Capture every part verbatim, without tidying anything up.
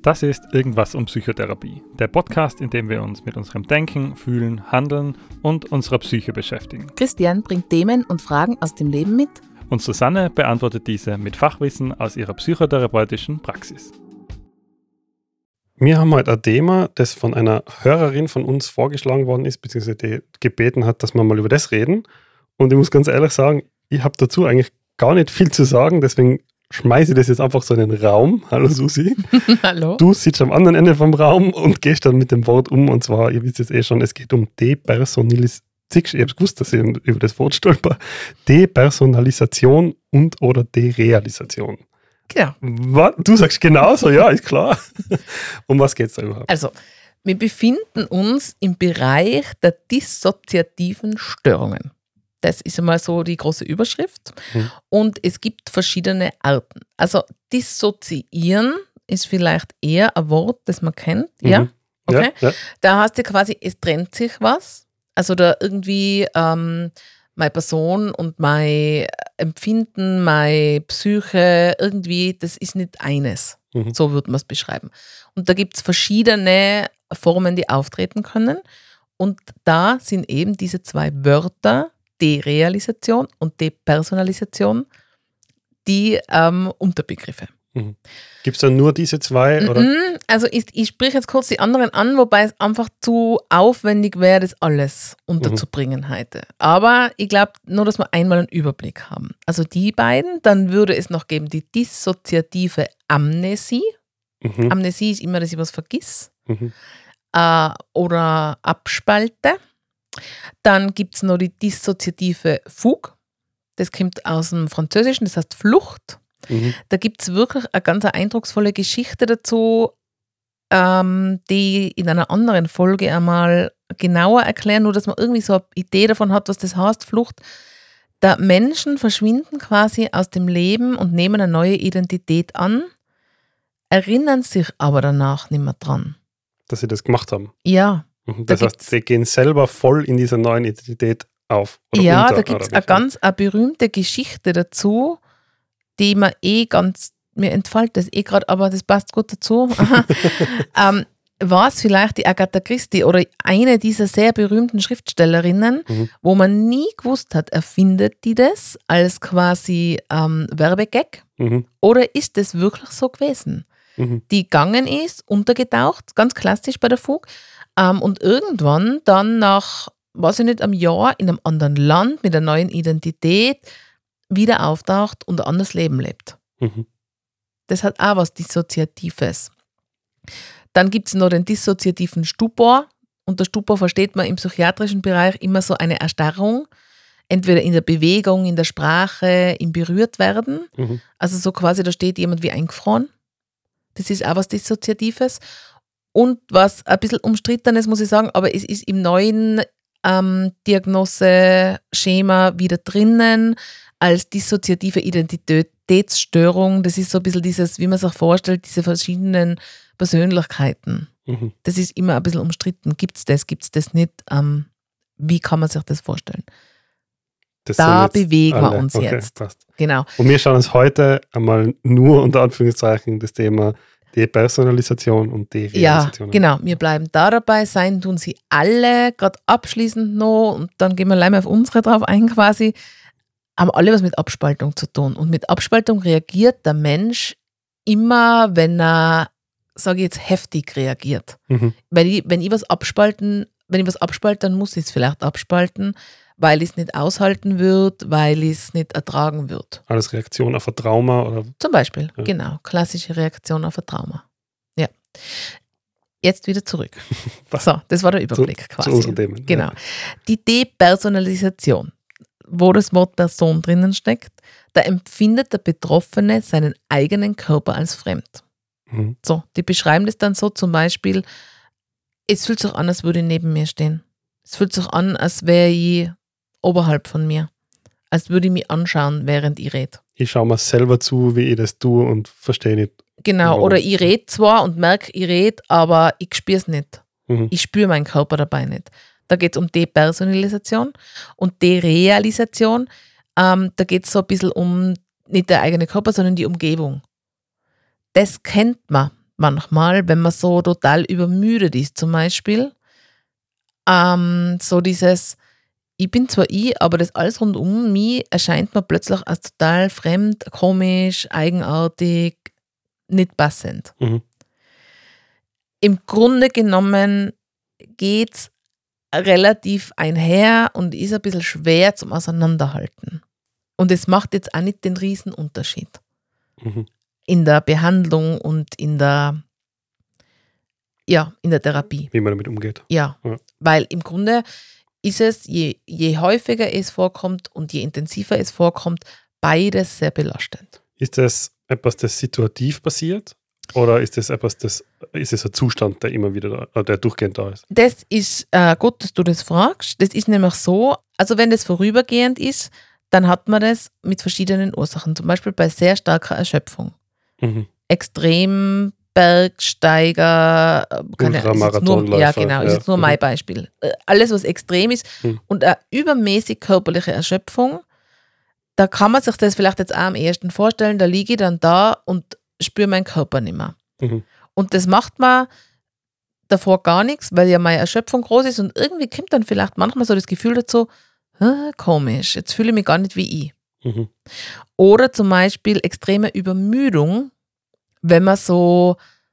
Das ist Irgendwas um Psychotherapie, der Podcast, in dem wir uns mit unserem Denken, Fühlen, Handeln und unserer Psyche beschäftigen. Christian bringt Themen und Fragen aus dem Leben mit. Und Susanne beantwortet diese mit Fachwissen aus ihrer psychotherapeutischen Praxis. Wir haben heute ein Thema, das von einer Hörerin von uns vorgeschlagen worden ist, beziehungsweise die gebeten hat, dass wir mal über das reden. Und ich muss ganz ehrlich sagen, ich habe dazu eigentlich gar nicht viel zu sagen, deswegen schmeiße ich das jetzt einfach so in den Raum. Hallo Susi. Hallo. Du sitzt am anderen Ende vom Raum und gehst dann mit dem Wort um. Und zwar, ihr wisst jetzt eh schon, es geht um Depersonalisation. Ich habe gewusst, dass ich über das Wort stolper. Depersonalisation und oder Derealisation. Genau. Was? Du sagst genauso, ja, ist klar. Um was geht es da überhaupt? Also, wir befinden uns im Bereich der dissoziativen Störungen. Das ist einmal so die große Überschrift. Hm. Und es gibt verschiedene Arten. Also dissoziieren ist vielleicht eher ein Wort, das man kennt. Mhm. Ja? Okay. Ja, ja. Da heißt ja quasi, es trennt sich was. Also da irgendwie ähm, meine Person und mein Empfinden, meine Psyche, irgendwie, das ist nicht eines. Mhm. So würde man es beschreiben. Und da gibt es verschiedene Formen, die auftreten können. Und da sind eben diese zwei Wörter, Derealisation und Depersonalisation, die ähm, Unterbegriffe. Mhm. Gibt es dann nur diese zwei? Oder? Mm-mm. Also ich, ich spreche jetzt kurz die anderen an, wobei es einfach zu aufwendig wäre, das alles unterzubringen mhm. heute. Aber ich glaube, nur, dass wir einmal einen Überblick haben. Also die beiden, dann würde es noch geben die dissoziative Amnesie. Mhm. Amnesie ist immer, dass ich was vergiss. Mhm. Äh, oder abspalte. Dann gibt es noch die dissoziative Fugue. Das kommt aus dem Französischen, das heißt Flucht. Mhm. Da gibt es wirklich eine ganz eindrucksvolle Geschichte dazu, ähm, die in einer anderen Folge einmal genauer erklären, nur dass man irgendwie so eine Idee davon hat, was das heißt, Flucht. Da Menschen verschwinden quasi aus dem Leben und nehmen eine neue Identität an, erinnern sich aber danach nicht mehr dran. Dass sie das gemacht haben? Ja. Das da heißt, sie gehen selber voll in dieser neuen Identität auf. Oder ja, unter, da gibt es eine ganz eine berühmte Geschichte dazu, die mir eh ganz, mir entfällt das eh gerade, aber das passt gut dazu. ähm, war es vielleicht die Agatha Christie oder eine dieser sehr berühmten Schriftstellerinnen, mhm. wo man nie gewusst hat, erfindet die das als quasi ähm, Werbegag mhm. oder ist das wirklich so gewesen? Mhm. Die gegangen ist, untergetaucht, ganz klassisch bei der Fugue, Um, und irgendwann dann nach, weiß ich nicht, einem Jahr in einem anderen Land mit einer neuen Identität wieder auftaucht und ein anderes Leben lebt. Mhm. Das hat auch was Dissoziatives. Dann gibt es noch den dissoziativen Stupor. Unter Stupor versteht man im psychiatrischen Bereich immer so eine Erstarrung, entweder in der Bewegung, in der Sprache, im Berührtwerden. Mhm. Also so quasi, da steht jemand wie eingefroren. Das ist auch was Dissoziatives. Und was ein bisschen umstritten ist, muss ich sagen, aber es ist im neuen ähm, Diagnoseschema wieder drinnen als dissoziative Identitätsstörung. Das ist so ein bisschen dieses, wie man sich vorstellt, diese verschiedenen Persönlichkeiten. Mhm. Das ist immer ein bisschen umstritten. Gibt es das, gibt es das nicht? Ähm, wie kann man sich das vorstellen? Das da bewegen alle. wir uns okay, jetzt. Passt. Genau. Und wir schauen uns heute einmal nur unter Anführungszeichen das Thema Depersonalisation und Derealisation. Ja, genau. Wir bleiben da dabei. Sein tun sie alle, gerade abschließend noch, und dann gehen wir gleich mal auf unsere drauf ein quasi, haben alle was mit Abspaltung zu tun. Und mit Abspaltung reagiert der Mensch immer, wenn er, sage ich jetzt, heftig reagiert. Mhm. Weil ich, wenn ich was abspalten, wenn ich was abspalte, dann muss ich es vielleicht abspalten, weil ich es nicht aushalten wird, weil ich es nicht ertragen wird. Als Reaktion auf ein Trauma? Oder? Zum Beispiel, ja. Genau. Klassische Reaktion auf ein Trauma. Ja. Jetzt wieder zurück. So, das war der Überblick zu, quasi. Zu unseren Themen. Genau. Ja. Die Depersonalisation, wo das Wort Person drinnen steckt, da empfindet der Betroffene seinen eigenen Körper als fremd. Mhm. So, die beschreiben das dann so zum Beispiel, es fühlt sich an, als würde ich neben mir stehen. Es fühlt sich an, als wäre ich oberhalb von mir. Als würde ich mich anschauen, während ich rede. Ich schaue mir selber zu, wie ich das tue und verstehe nicht. Genau, warum. Oder ich rede zwar und merke, ich rede, aber ich spüre es nicht. Mhm. Ich spüre meinen Körper dabei nicht. Da geht es um Depersonalisation und Derealisation. Ähm, da geht es so ein bisschen um nicht der eigene Körper, sondern die Umgebung. Das kennt man. manchmal, wenn man so total übermüdet ist zum Beispiel. Ähm, so dieses, ich bin zwar ich, aber das alles rund um mich erscheint mir plötzlich als total fremd, komisch, eigenartig, nicht passend. Mhm. Im Grunde genommen geht es relativ einher und ist ein bisschen schwer zum Auseinanderhalten. Und es macht jetzt auch nicht den Riesenunterschied Mhm. in der Behandlung und in der, ja, in der Therapie. Wie man damit umgeht. Ja, Ja. weil im Grunde ist es, je, je häufiger es vorkommt und je intensiver es vorkommt, beides sehr belastend. Ist das etwas, das situativ passiert? Oder ist das etwas, das ist es ein Zustand, der immer wieder da, der durchgehend da ist? Das ist äh, gut, dass du das fragst. Das ist nämlich so, also wenn das vorübergehend ist, dann hat man das mit verschiedenen Ursachen. Zum Beispiel bei sehr starker Erschöpfung. Mhm. Extrem Bergsteiger, äh, keine, ist jetzt nur, Ultramarathonläufer, ja genau, ist ja. jetzt nur Mhm. mein Beispiel. Äh, Alles, was extrem ist Mhm. und eine übermäßig körperliche Erschöpfung, da kann man sich das vielleicht jetzt auch am ehesten vorstellen, da liege ich dann da und spüre meinen Körper nicht mehr. Mhm. Und das macht man davor gar nichts, weil ja meine Erschöpfung groß ist und irgendwie kommt dann vielleicht manchmal so das Gefühl dazu, "Hä, komisch, jetzt fühle ich mich gar nicht wie ich." Mhm. Oder zum Beispiel extreme Übermüdung, wenn man so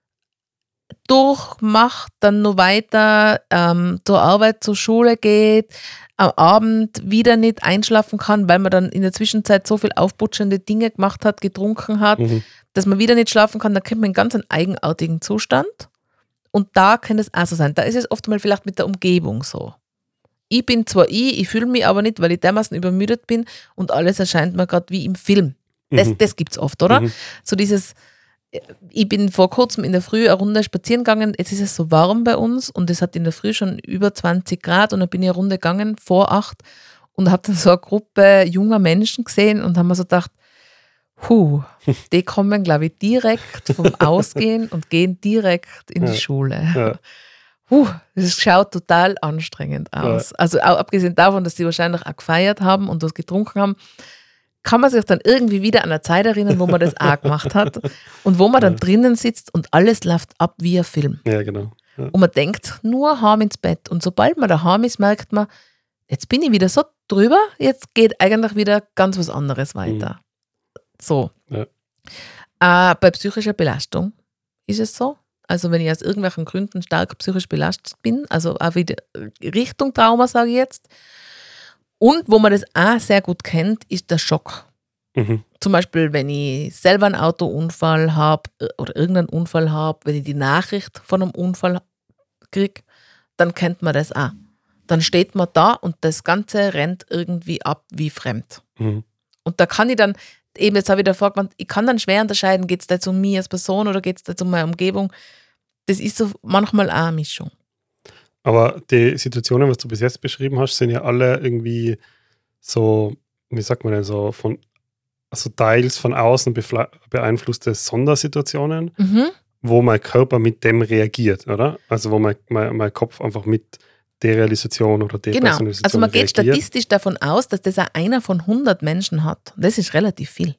durchmacht, dann nur weiter ähm, zur Arbeit, zur Schule geht, am Abend wieder nicht einschlafen kann, weil man dann in der Zwischenzeit so viel aufputschende Dinge gemacht hat, getrunken hat, Mhm. dass man wieder nicht schlafen kann, dann kommt man in ganz einen eigenartigen Zustand. Und da kann es auch so sein. Da ist es oft mal vielleicht mit der Umgebung so. Ich bin zwar ich, ich fühle mich aber nicht, weil ich dermaßen übermüdet bin und alles erscheint mir gerade wie im Film. Das, Mhm. das gibt es oft, oder? Mhm. So dieses, ich bin vor kurzem in der Früh eine Runde spazieren gegangen, jetzt ist es so warm bei uns und es hat in der Früh schon über zwanzig Grad und dann bin ich eine Runde gegangen, vor acht, und habe dann so eine Gruppe junger Menschen gesehen und haben mir so gedacht, huh, die kommen, glaube ich, direkt vom Ausgehen und gehen direkt in die Ja. Schule. Ja. Huh, das schaut total anstrengend aus. Also auch abgesehen davon, dass die wahrscheinlich auch gefeiert haben und was getrunken haben, kann man sich dann irgendwie wieder an eine Zeit erinnern, wo man das auch gemacht hat und wo man dann Ja. drinnen sitzt und alles läuft ab wie ein Film. Ja, genau. Ja. Und man denkt, nur heim ins Bett. Und sobald man daheim ist, merkt man, jetzt bin ich wieder so drüber, jetzt geht eigentlich wieder ganz was anderes weiter. So. Ja. Äh, bei psychischer Belastung ist es so. Also wenn ich aus irgendwelchen Gründen stark psychisch belastet bin, also auch wieder Richtung Trauma, sage ich jetzt. Und wo man das auch sehr gut kennt, ist der Schock. Mhm. Zum Beispiel, wenn ich selber einen Autounfall habe oder irgendeinen Unfall habe, wenn ich die Nachricht von einem Unfall kriege, dann kennt man das auch. Dann steht man da und das Ganze rennt irgendwie ab wie fremd. Mhm. Und da kann ich dann, eben jetzt habe ich davor gemeint, ich kann dann schwer unterscheiden, geht es da jetzt um mich als Person oder geht es da jetzt um meine Umgebung. Das ist so manchmal auch eine Mischung. Aber die Situationen, was du bis jetzt beschrieben hast, sind ja alle irgendwie so, wie sagt man denn so, von also teils von außen befla- beeinflusste Sondersituationen, Mhm. wo mein Körper mit dem reagiert, oder? Also wo mein, mein, mein Kopf einfach mit Derealisation oder Genau. Depersonalisation Also man geht reagiert. statistisch davon aus, dass das auch einer von hundert Menschen hat. Das ist relativ viel.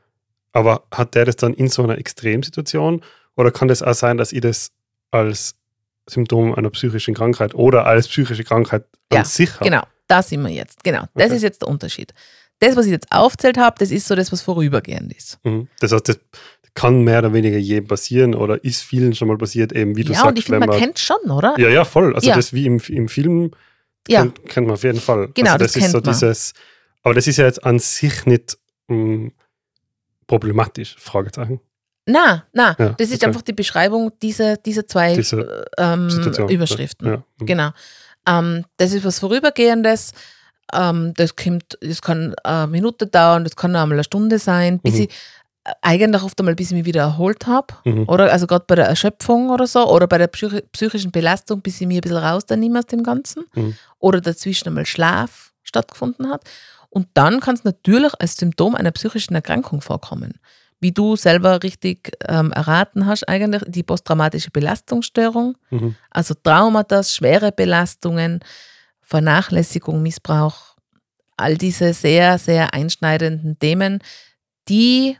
Aber hat der das dann in so einer Extremsituation oder kann das auch sein, dass ich das als Symptom einer psychischen Krankheit oder als psychische Krankheit an Ja, sich habe? Genau, da sind wir jetzt. Genau, das Okay. ist jetzt der Unterschied. Das, was ich jetzt aufzählt habe, das ist so das, was vorübergehend ist. Mhm. Das heißt, das kann mehr oder weniger jedem passieren oder ist vielen schon mal passiert, eben wie du Ja, sagst. und ich finde, wenn man kennt es schon, oder? Ja, ja, voll. Also Ja. das wie im, im Film Ja. kennt, kennt man auf jeden Fall. Genau, also das ist so kennt man. dieses, aber das ist ja jetzt an sich nicht mh, problematisch, Fragezeichen. Nein, nein, Ja, das ist okay. einfach die Beschreibung dieser, dieser zwei Diese ähm, Situation. Überschriften. Ja. Mhm. Genau. Ähm, das ist was Vorübergehendes. Ähm, das, kommt, das kann eine Minute dauern, das kann auch mal eine Stunde sein, bis Mhm. ich äh, eigentlich oft einmal, bis ich mich wieder erholt habe. Mhm. Oder also gerade bei der Erschöpfung oder so, oder bei der psychi- psychischen Belastung, bis ich mich ein bisschen raus da nehme aus dem Ganzen. Mhm. Oder dazwischen einmal Schlaf stattgefunden hat. Und dann kann es natürlich als Symptom einer psychischen Erkrankung vorkommen. Wie du selber richtig ähm, erraten hast, eigentlich die posttraumatische Belastungsstörung, Mhm. also Traumata, schwere Belastungen, Vernachlässigung, Missbrauch, all diese sehr, sehr einschneidenden Themen, die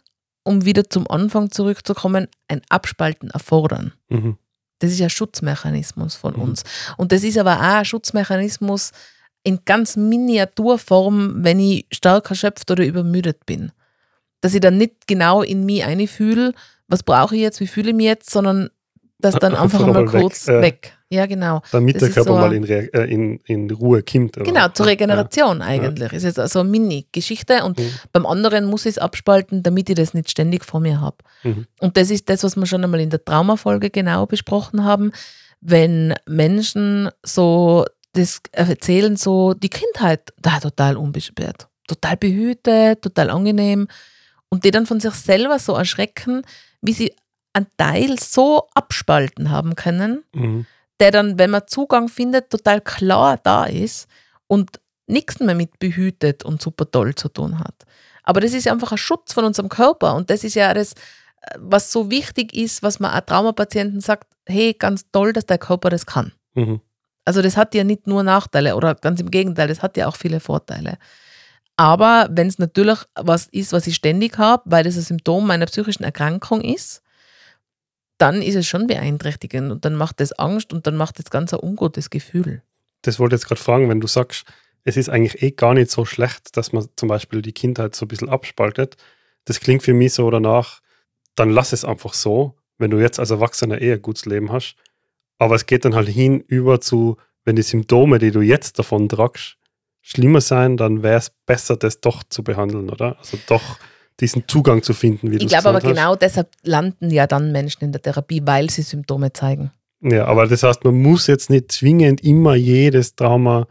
um wieder zum Anfang zurückzukommen, ein Abspalten erfordern. Mhm. Das ist ja ein Schutzmechanismus von mhm. uns. Und das ist aber auch ein Schutzmechanismus in ganz Miniaturform, wenn ich stark erschöpft oder übermüdet bin. Dass ich dann nicht genau in mich einfühle, was brauche ich jetzt, wie fühle ich mich jetzt, sondern dass dann einfach einmal kurz weg. weg. Ja, genau. Damit das der Körper so mal in, Re- äh, in, in Ruhe kommt. Oder? Genau, zur Regeneration ja. eigentlich. Ja. Ist jetzt also eine Mini-Geschichte und mhm. beim anderen muss ich es abspalten, damit ich das nicht ständig vor mir habe. Mhm. Und das ist das, was wir schon einmal in der Traumafolge genau besprochen haben. Wenn Menschen so das erzählen, so die Kindheit, da total unbeschwert, total behütet, total angenehm und die dann von sich selber so erschrecken, wie sie einen Teil so abspalten haben können, mhm. der dann, wenn man Zugang findet, total klar da ist und nichts mehr mit behütet und super toll zu tun hat. Aber das ist einfach ein Schutz von unserem Körper und das ist ja das, was so wichtig ist, was man auch Traumapatienten sagt, hey, ganz toll, dass der Körper das kann. Mhm. Also das hat ja nicht nur Nachteile oder ganz im Gegenteil, das hat ja auch viele Vorteile. Aber wenn es natürlich was ist, was ich ständig habe, weil das ein Symptom meiner psychischen Erkrankung ist, dann ist es schon beeinträchtigend und dann macht das Angst und dann macht das ganz ein ungutes Gefühl. Das wollte ich jetzt gerade fragen, wenn du sagst, es ist eigentlich eh gar nicht so schlecht, dass man zum Beispiel die Kindheit so ein bisschen abspaltet. Das klingt für mich so danach, dann lass es einfach so, wenn du jetzt als Erwachsener eh ein gutes Leben hast. Aber es geht dann halt hinüber zu, wenn die Symptome, die du jetzt davon tragst, schlimmer sein, dann wäre es besser, das doch zu behandeln, oder? Also doch diesen Zugang zu finden, wie du Ich glaube aber genau deshalb landen ja dann Menschen in der Therapie, weil sie Symptome zeigen. Ja, aber das heißt, man muss jetzt nicht zwingend immer jedes Trauma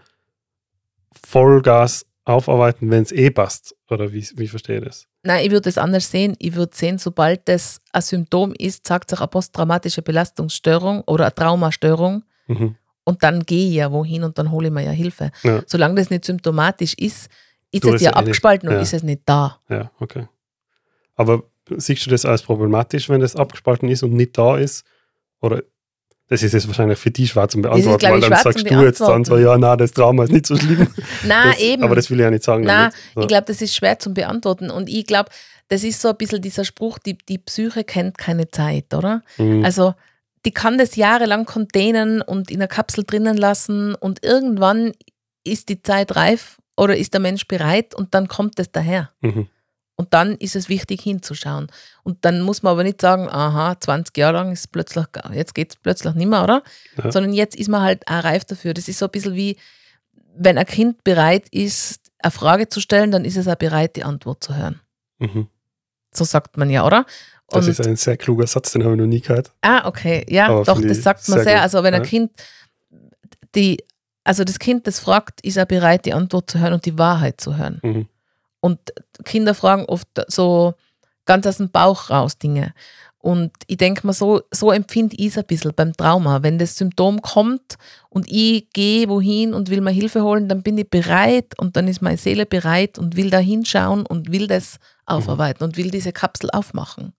Vollgas aufarbeiten, wenn es eh passt. Oder wie, wie verstehe ich das? Nein, ich würde es anders sehen. Ich würde sehen, sobald das ein Symptom ist, sagt sich eine posttraumatische Belastungsstörung oder eine Traumastörung. Mhm. Und dann gehe ich ja wohin und dann hole ich mir ja Hilfe. Ja. Solange das nicht symptomatisch ist, ist du es ja abgespalten nicht, und ja. ist es nicht da. Ja, okay. Aber siehst du das als problematisch, wenn das abgespalten ist und nicht da ist? Oder das ist jetzt wahrscheinlich für dich schwer zu beantworten, ist, weil dann sagst du jetzt dann so, ja, nein, das Trauma ist nicht so schlimm. Nein, das, eben. Aber das will ich ja nicht sagen. Nein, so. Ich glaube, das ist schwer zu beantworten. Und ich glaube, das ist so ein bisschen dieser Spruch, die, die Psyche kennt keine Zeit, oder? Mhm. Also die kann das jahrelang containen und in einer Kapsel drinnen lassen und irgendwann ist die Zeit reif oder ist der Mensch bereit und dann kommt es daher. Mhm. Und dann ist es wichtig hinzuschauen. Und dann muss man aber nicht sagen, aha, zwanzig Jahre lang ist plötzlich, jetzt geht es plötzlich nicht mehr, oder? Ja. Sondern jetzt ist man halt auch reif dafür. Das ist so ein bisschen wie, wenn ein Kind bereit ist, eine Frage zu stellen, dann ist es auch bereit, die Antwort zu hören. Mhm. So sagt man ja, oder? Und das ist ein sehr kluger Satz, den habe ich noch nie gehört. Ah, okay. Ja, aber doch, das sagt man sehr. sehr also wenn ein ja. Kind, die, also das Kind, das fragt, ist auch bereit, die Antwort zu hören und die Wahrheit zu hören. Mhm. Und Kinder fragen oft so ganz aus dem Bauch raus Dinge. Und ich denke mal, so, so empfinde ich es ein bisschen beim Trauma. Wenn das Symptom kommt und ich gehe wohin und will mir Hilfe holen, dann bin ich bereit und dann ist meine Seele bereit und will da hinschauen und will das aufarbeiten mhm. und will diese Kapsel aufmachen.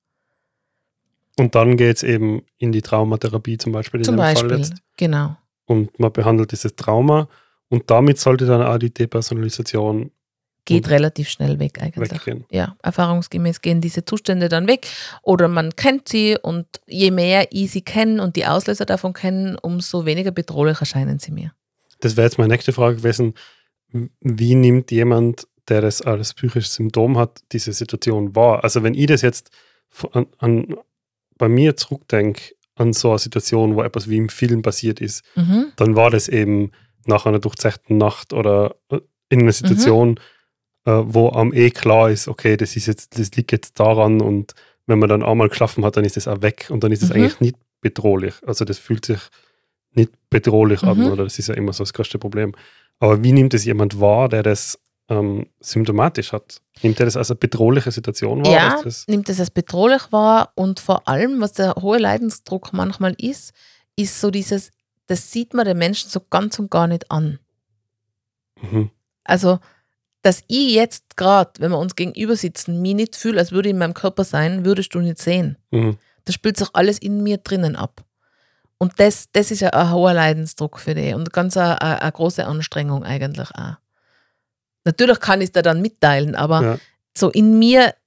Und dann geht es eben in die Traumatherapie zum Beispiel in zum dem Beispiel, Fall jetzt. Genau. Und man behandelt dieses Trauma und damit sollte dann auch die Depersonalisation geht relativ schnell weg eigentlich. Weggehen. Ja, erfahrungsgemäß gehen diese Zustände dann weg oder man kennt sie und je mehr ich sie kenne und die Auslöser davon kennen, umso weniger bedrohlich erscheinen sie mir. Das wäre jetzt meine nächste Frage gewesen. Wie nimmt jemand, der das als psychisches Symptom hat, diese Situation wahr? Also wenn ich das jetzt an, an, bei mir zurückdenke an so eine Situation, wo etwas wie im Film passiert ist, mhm. dann war das eben nach einer durchzechten Nacht oder in einer Situation, mhm. wo am eh klar ist, okay, das ist jetzt, das liegt jetzt daran und wenn man dann einmal geschlafen hat, dann ist das auch weg und dann ist es mhm. eigentlich nicht bedrohlich. Also das fühlt sich nicht bedrohlich mhm. an, oder das ist ja immer so das größte Problem. Aber wie nimmt es jemand wahr, der das ähm, symptomatisch hat? Nimmt er das als eine bedrohliche Situation wahr? Ja, das nimmt es als bedrohlich wahr und vor allem, was der hohe Leidensdruck manchmal ist, ist so dieses, das sieht man den Menschen so ganz und gar nicht an. Mhm. Also dass ich jetzt gerade, wenn wir uns gegenüber sitzen, mich nicht fühle, als würde ich in meinem Körper sein, würdest du nicht sehen. Mhm. Das spielt sich alles in mir drinnen ab. Und das, das ist ja ein hoher Leidensdruck für dich und ganz eine, eine, eine große Anstrengung eigentlich auch. Natürlich kann ich es dir dann mitteilen, aber ja. so in mir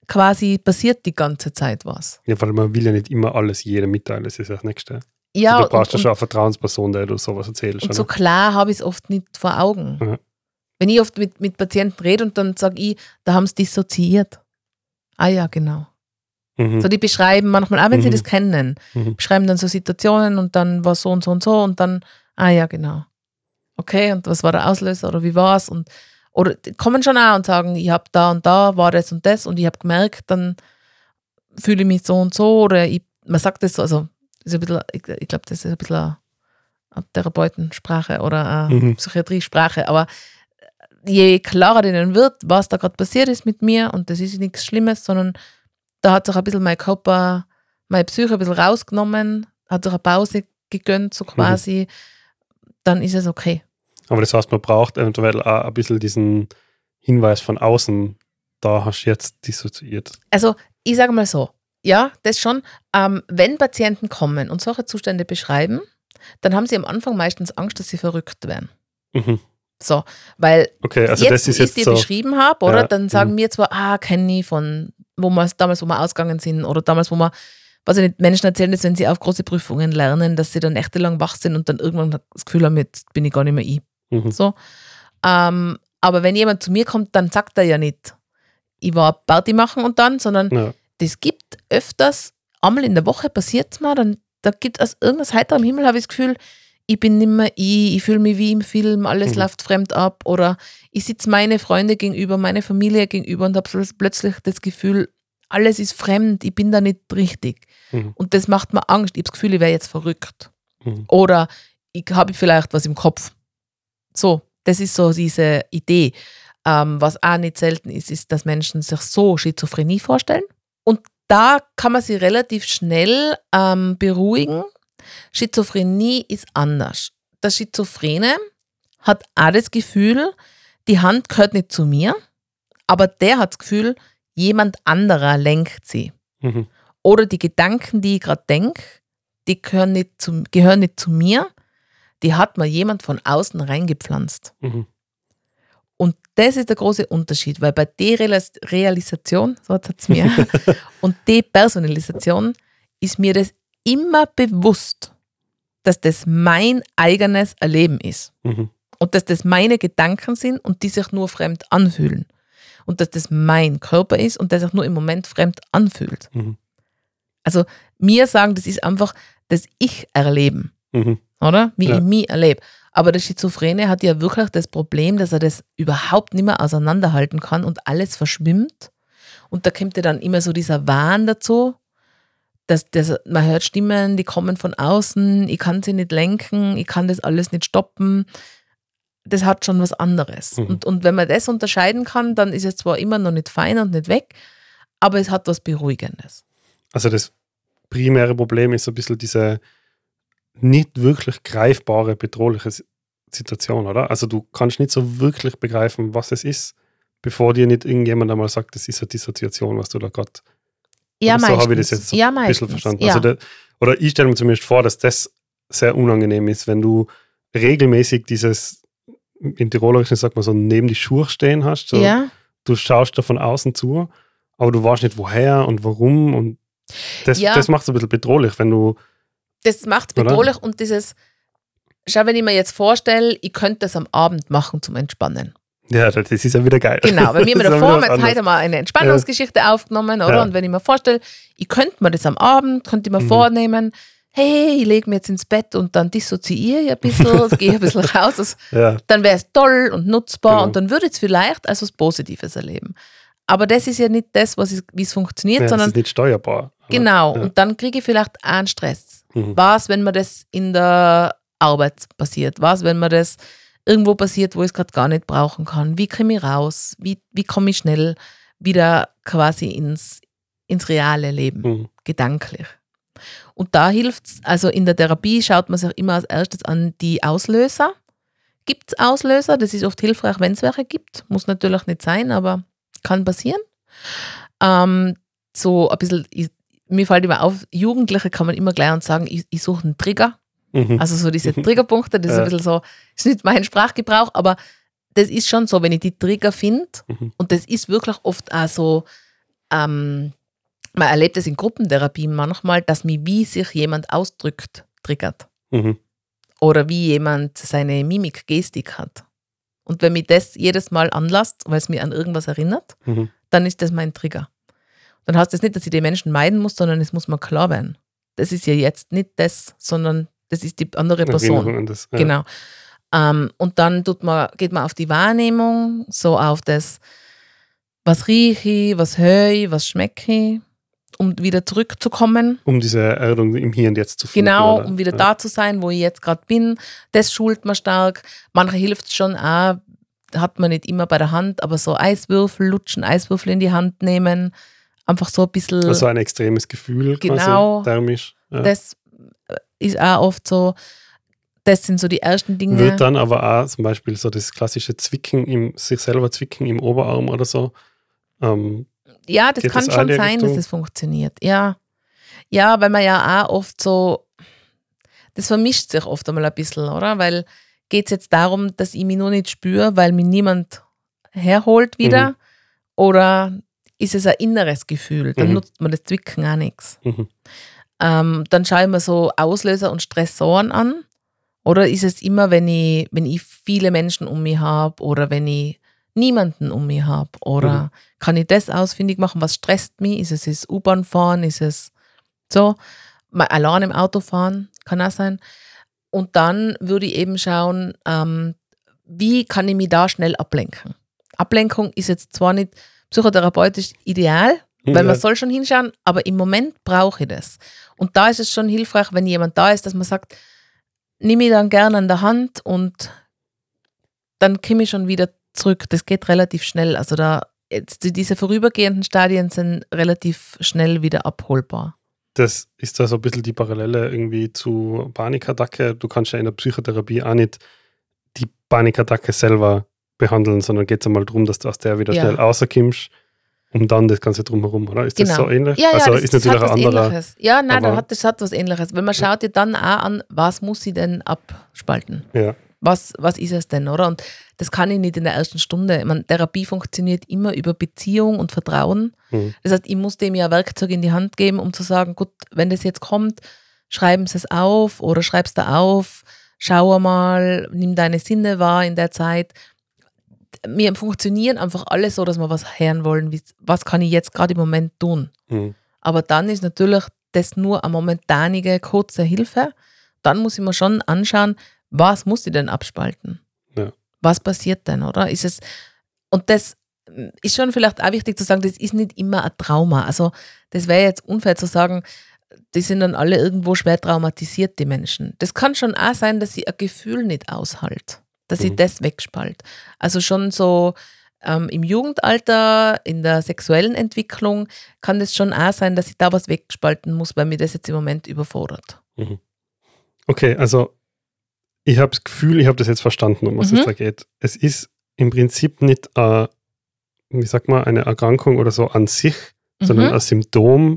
quasi passiert die ganze Zeit was. Ja, weil man will ja nicht immer alles jedem mitteilen, das ist ja das Nächste. Ja, also, da brauchst und, du schon eine Vertrauensperson, der du sowas erzählst. Und oder? so klar habe ich es oft nicht vor Augen. Ja. Wenn ich oft mit, mit Patienten rede und dann sage ich, da haben sie dissoziiert. Ah ja, genau. Mhm. So, die beschreiben manchmal, auch wenn Mhm. sie das kennen, Mhm. beschreiben dann so Situationen und dann war so und so und so und dann, ah ja, genau. Okay, und was war der Auslöser oder wie war es? Und oder die kommen schon auch und sagen, ich habe da und da war das und das und ich habe gemerkt, dann fühle ich mich so und so oder ich, man sagt das so, also ist ein bisschen, ich, ich glaube, das ist ein bisschen eine, eine Therapeutensprache oder eine Mhm. Psychiatriesprache, aber je klarer denen wird, was da gerade passiert ist mit mir und das ist nichts Schlimmes, sondern da hat sich ein bisschen mein Körper, meine Psyche ein bisschen rausgenommen, hat sich eine Pause gegönnt, so quasi, mhm. dann ist es okay. Aber das heißt, man braucht eventuell auch ein bisschen diesen Hinweis von außen, da hast du jetzt dissoziiert. Also ich sage mal so, ja, das schon, ähm, wenn Patienten kommen und solche Zustände beschreiben, dann haben sie am Anfang meistens Angst, dass sie verrückt werden. Mhm. So, weil okay, also jetzt, das ist wo ich jetzt dir so, beschrieben habe, oder, ja, dann sagen mhm. mir zwar, ah, kenne ich von, wo wir damals, wo wir ausgegangen sind oder damals, wo wir, was ich nicht, Menschen erzählen das, wenn sie auf große Prüfungen lernen, dass sie dann nächtelang wach sind und dann irgendwann das Gefühl haben, jetzt bin ich gar nicht mehr ich. Mhm. So. Ähm, aber wenn jemand zu mir kommt, dann sagt er ja nicht, ich war Party machen und dann, sondern Ja. das gibt öfters, einmal in der Woche passiert es mir, dann da gibt es aus irgendwas heiterem Himmel, habe ich das Gefühl, ich bin nicht mehr ich, ich fühle mich wie im Film, alles Mhm. läuft fremd ab oder ich sitze meine Freunde gegenüber, meine Familie gegenüber und habe plötzlich das Gefühl, alles ist fremd, ich bin da nicht richtig. Mhm. Und das macht mir Angst, ich habe das Gefühl, ich wäre jetzt verrückt. Mhm. Oder ich habe vielleicht was im Kopf. So, das ist so diese Idee. Ähm, was auch nicht selten ist, ist, dass Menschen sich so Schizophrenie vorstellen. Und da kann man sich relativ schnell ähm, beruhigen. Schizophrenie ist anders. Der Schizophrene hat auch das Gefühl, die Hand gehört nicht zu mir, aber der hat das Gefühl, jemand anderer lenkt sie. Mhm. Oder die Gedanken, die ich gerade denke, die gehören nicht, zu, gehören nicht zu mir, die hat mir jemand von außen reingepflanzt. Mhm. Und das ist der große Unterschied, weil bei Derealisation, so hat es mir, und Depersonalisation ist mir das immer bewusst, dass das mein eigenes Erleben ist. Mhm. Und dass das meine Gedanken sind und die sich nur fremd anfühlen. Und dass das mein Körper ist und der sich nur im Moment fremd anfühlt. Mhm. Also mir sagen, das ist einfach das Ich-Erleben, Mhm. oder? Wie Ja. ich mich erlebe. Aber der Schizophrene hat ja wirklich das Problem, dass er das überhaupt nicht mehr auseinanderhalten kann und alles verschwimmt. Und da kommt ja dann immer so dieser Wahn dazu, dass das, man hört Stimmen, die kommen von außen, ich kann sie nicht lenken, ich kann das alles nicht stoppen. Das hat schon was anderes. Mhm. Und, und wenn man das unterscheiden kann, dann ist es zwar immer noch nicht fein und nicht weg, aber es hat was Beruhigendes. Also das primäre Problem ist so ein bisschen diese nicht wirklich greifbare, bedrohliche S- Situation, oder? Also du kannst nicht so wirklich begreifen, was es ist, bevor dir nicht irgendjemand einmal sagt, das ist eine Dissoziation, was du da gerade... Ja, Oder so meistens. habe ich das jetzt so ja, ein bisschen meistens. verstanden. Ja. Also der, oder ich stelle mir zumindest vor, dass das sehr unangenehm ist, wenn du regelmäßig dieses, in Tirolerischen sagt man so, neben die Schuhe stehen hast. So, ja. Du schaust da von außen zu, aber du weißt nicht woher und warum und das, Ja. das macht es ein bisschen bedrohlich, wenn du... Das macht es Oder? bedrohlich und dieses, schau, wenn ich mir jetzt vorstelle, ich könnte das am Abend machen zum Entspannen. Ja, das ist ja wieder geil. Genau, weil wir haben Das ist ja davor, wieder wir was haben heute anderes. mal eine Entspannungsgeschichte aufgenommen, oder? Ja. Und wenn ich mir vorstelle, ich könnte mir das am Abend, könnte ich mir Mhm. vornehmen, hey, ich lege mir jetzt ins Bett und dann dissoziiere ich ein bisschen, gehe ein bisschen raus, das, Ja, dann wäre es toll und nutzbar Genau. und dann würde ich es vielleicht als was Positives erleben. Aber das ist ja nicht das, was es- wie es funktioniert, ja, das sondern ist nicht steuerbar. Aber- genau, Ja. und dann kriege ich vielleicht auch einen Stress. Mhm. Was, wenn mir das in der Arbeit passiert? Was, wenn mir das irgendwo passiert, wo ich es gerade gar nicht brauchen kann? Wie komme ich raus? Wie, wie komme ich schnell wieder quasi ins, ins reale Leben, Mhm. gedanklich? Und da hilft es, also in der Therapie schaut man sich immer als erstes an die Auslöser. Gibt es Auslöser? Das ist oft hilfreich, wenn es welche gibt. Muss natürlich nicht sein, aber kann passieren. Ähm, so ein bisschen, ich, mir fällt immer auf, Jugendliche kann man immer gleich und sagen, ich, ich suche einen Trigger. Mhm. Also so diese Triggerpunkte, das ist Ja. ein bisschen so, ist nicht mein Sprachgebrauch, aber das ist schon so, wenn ich die Trigger finde, Mhm. und das ist wirklich oft auch so ähm, man erlebt es in Gruppentherapien manchmal, dass mich, wie sich jemand ausdrückt, triggert. Mhm. Oder wie jemand seine Mimik, Gestik hat. Und wenn mich das jedes Mal anlasst, weil es mich an irgendwas erinnert, Mhm. dann ist das mein Trigger. Dann heißt das nicht, dass ich die Menschen meiden muss, sondern es muss mir klar werden. Das ist ja jetzt nicht das, sondern das ist die andere Person. Erinnerung an das, ja. Genau. Ähm, und dann tut man, geht man auf die Wahrnehmung, so auf das, was rieche ich, was höre ich, was schmecke ich, um wieder zurückzukommen. Um diese Erinnerung im Hier und Jetzt zu finden. Genau, oder? um wieder ja. da zu sein, wo ich jetzt gerade bin. Das schult man stark. Manche hilft es schon auch, hat man nicht immer bei der Hand, aber so Eiswürfel lutschen, Eiswürfel in die Hand nehmen. Einfach so ein bisschen. Also ein extremes Gefühl, Genau. quasi, thermisch. Ja. Das ist auch oft so, das sind so die ersten Dinge. Wird dann aber auch zum Beispiel so das klassische Zwicken, im, sich selber zwicken im Oberarm oder so. Ähm, ja, das geht kann das auch schon in die sein, Richtung? dass das funktioniert. Ja. Ja, weil man ja auch oft so, das vermischt sich oft einmal ein bisschen, oder? Weil geht es jetzt darum, dass ich mich nur nicht spüre, weil mich niemand herholt wieder? Mhm. Oder ist es ein inneres Gefühl? Dann Mhm. nutzt man das Zwicken auch nichts. Mhm. Ähm, dann schaue ich mir so Auslöser und Stressoren an. Oder ist es immer, wenn ich, wenn ich viele Menschen um mich habe oder wenn ich niemanden um mich habe? Oder Mhm. kann ich das ausfindig machen? Was stresst mich? Ist es das U-Bahn fahren? Ist es so? Mal allein im Auto fahren? Kann auch sein. Und dann würde ich eben schauen, ähm, wie kann ich mich da schnell ablenken? Ablenkung ist jetzt zwar nicht psychotherapeutisch ideal, weil Ja. man soll schon hinschauen, aber im Moment brauche ich das. Und da ist es schon hilfreich, wenn jemand da ist, dass man sagt, nimm mich dann gerne an der Hand und dann komme ich schon wieder zurück. Das geht relativ schnell. Also da jetzt, diese vorübergehenden Stadien sind relativ schnell wieder abholbar. Das ist da so ein bisschen die Parallele irgendwie zu Panikattacke. Du kannst ja in der Psychotherapie auch nicht die Panikattacke selber behandeln, sondern geht es einmal darum, dass du aus der wieder Ja. schnell rauskommst, um dann das Ganze drumherum, oder? Ist das Genau. so ähnlich? Ja, ja, also das, ist das natürlich hat was ein anderer. Ähnliches. Ja, nein, aber- da hat, das hat was Ähnliches. Weil man schaut dir dann auch an, was muss sie denn abspalten? Ja. Was, was ist es denn, oder? Und das kann ich nicht in der ersten Stunde. Ich meine, Therapie funktioniert immer über Beziehung und Vertrauen. Mhm. Das heißt, ich muss dem ja Werkzeug in die Hand geben, um zu sagen, gut, wenn das jetzt kommt, schreiben Sie es auf oder schreib es da auf, schau mal, nimm deine Sinne wahr in der Zeit. Wir funktionieren einfach alle so, dass wir was hören wollen. Wie, was kann ich jetzt gerade im Moment tun? Mhm. Aber dann ist natürlich das nur eine momentanige, kurze Hilfe. Dann muss ich mir schon anschauen, was muss ich denn abspalten? Ja. Was passiert denn, oder? Ist es, und das ist schon vielleicht auch wichtig zu sagen, das ist nicht immer ein Trauma. Also das wäre jetzt unfair zu sagen, die sind dann alle irgendwo schwer traumatisiert, die Menschen. Das kann schon auch sein, dass sie ein Gefühl nicht aushält, dass sie Mhm. das wegspalt. Also schon so ähm, im Jugendalter, in der sexuellen Entwicklung kann es schon auch sein, dass ich da was wegspalten muss, weil mir das jetzt im Moment überfordert. Mhm. Okay, also ich habe das Gefühl, ich habe das jetzt verstanden, um was Mhm. es da geht. Es ist im Prinzip nicht, äh, wie sagt man, eine Erkrankung oder so an sich, sondern Mhm. ein Symptom,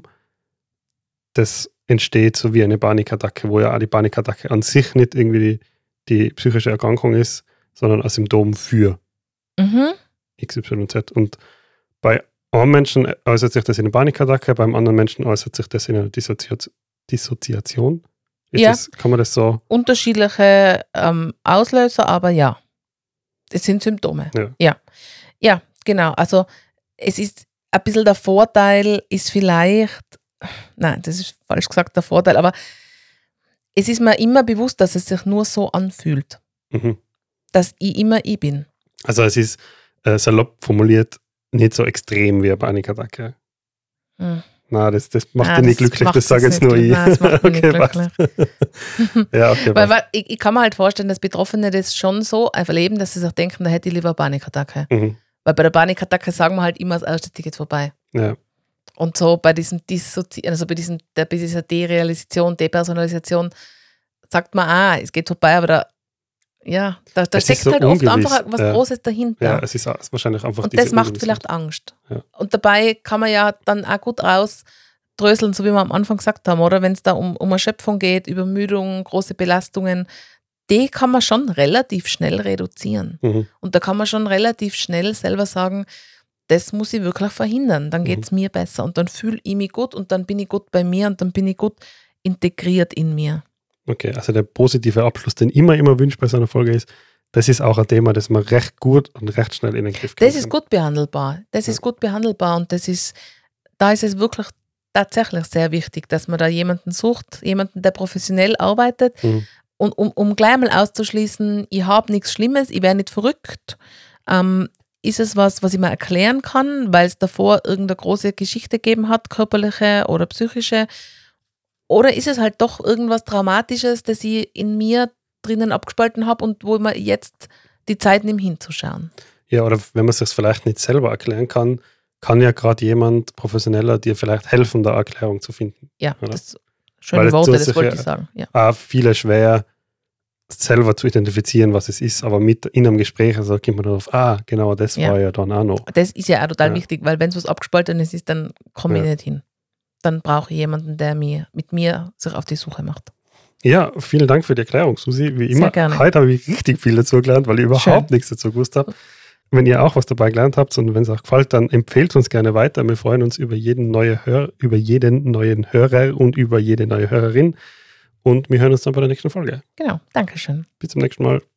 das entsteht, so wie eine Panikattacke, wo ja auch die Panikattacke an sich nicht irgendwie die, die psychische Erkrankung ist, sondern ein Symptom für Mhm. X Y Z. Und bei einem Menschen äußert sich das in einer Panikattacke, beim anderen Menschen äußert sich das in einer Dissozi- Dissoziation. Ist Ja. das, kann man das so? Unterschiedliche ähm, Auslöser, aber ja, es sind Symptome. Ja. ja, ja, genau. Also es ist ein bisschen der Vorteil, ist vielleicht, nein, das ist falsch gesagt, der Vorteil, aber es ist mir immer bewusst, dass es sich nur so anfühlt, Mhm. dass ich immer ich bin. Also es ist äh, salopp formuliert nicht so extrem wie eine Panikattacke. Hm. Nein, das, das macht Nein, dich nicht das glücklich, macht das sage es jetzt nicht nur ich. glücklich. Nein, das macht mich nicht okay, passt. ja, okay, Weil, passt. weil ich, ich kann mir halt vorstellen, dass Betroffene das schon so erleben, dass sie sich denken, da hätte ich lieber eine Panikattacke. Mhm. Weil bei der Panikattacke sagen wir halt immer als erstes Ticket vorbei. Ja. Und so bei diesem Dissozi also bei, diesem, der, bei dieser Derealisation, Depersonalisation sagt man, ah, es geht vorbei, aber da, ja, da, da Es ist steckt so halt oft ungewiss, einfach was ja. Großes dahinter. ja, es ist, auch- es ist wahrscheinlich einfach und diese das macht Ungewissheit. vielleicht Angst. Ja. Und dabei kann man ja dann auch gut rausdröseln, so wie wir am Anfang gesagt haben, oder wenn es da um, um Erschöpfung geht, Übermüdung, große Belastungen, die kann man schon relativ schnell reduzieren. Mhm. Und da kann man schon relativ schnell selber sagen, das muss ich wirklich verhindern. Dann geht es mhm. mir besser und dann fühle ich mich gut und dann bin ich gut bei mir und dann bin ich gut integriert in mir. Okay, also der positive Abschluss, den ich immer, immer wünsche bei so einer Folge ist, das ist auch ein Thema, das man recht gut und recht schnell in den Griff kriegt. Das ist gut behandelbar. Das ja. ist gut behandelbar und das ist, da ist es wirklich tatsächlich sehr wichtig, dass man da jemanden sucht, jemanden, der professionell arbeitet mhm. und um, um gleich mal auszuschließen, ich habe nichts Schlimmes, ich wäre nicht verrückt, ähm, ist es was, was ich mir erklären kann, weil es davor irgendeine große Geschichte gegeben hat, körperliche oder psychische, oder ist es halt doch irgendwas Dramatisches, das ich in mir drinnen abgespalten habe und wo man jetzt die Zeit nimmt, hinzuschauen. Ja, oder wenn man es sich vielleicht nicht selber erklären kann, kann ja gerade jemand professioneller dir vielleicht helfen, da Erklärung zu finden. Ja, oder? Das schöne Worte, das wollte ich sagen. Ja. Auch viele schwer, selber zu identifizieren, was es ist, aber mit in einem Gespräch also kommt man darauf, ah, genau, das ja. war ja dann auch noch. Das ist ja auch total ja. wichtig, weil wenn es was Abgespaltenes ist, dann komme ich ja. nicht hin. Dann brauche ich jemanden, der mir, mit mir sich auf die Suche macht. Ja, vielen Dank für die Erklärung, Susi. Wie immer, Sehr gerne. Heute habe ich richtig viel dazu gelernt, weil ich überhaupt Schön. nichts dazu gewusst habe. Wenn ihr auch was dabei gelernt habt und wenn es euch gefällt, dann empfehlt uns gerne weiter. Wir freuen uns über jeden, neue Hör, über jeden neuen Hörer und über jede neue Hörerin. Und wir hören uns dann bei der nächsten Folge. Genau, danke schön. Bis zum nächsten Mal.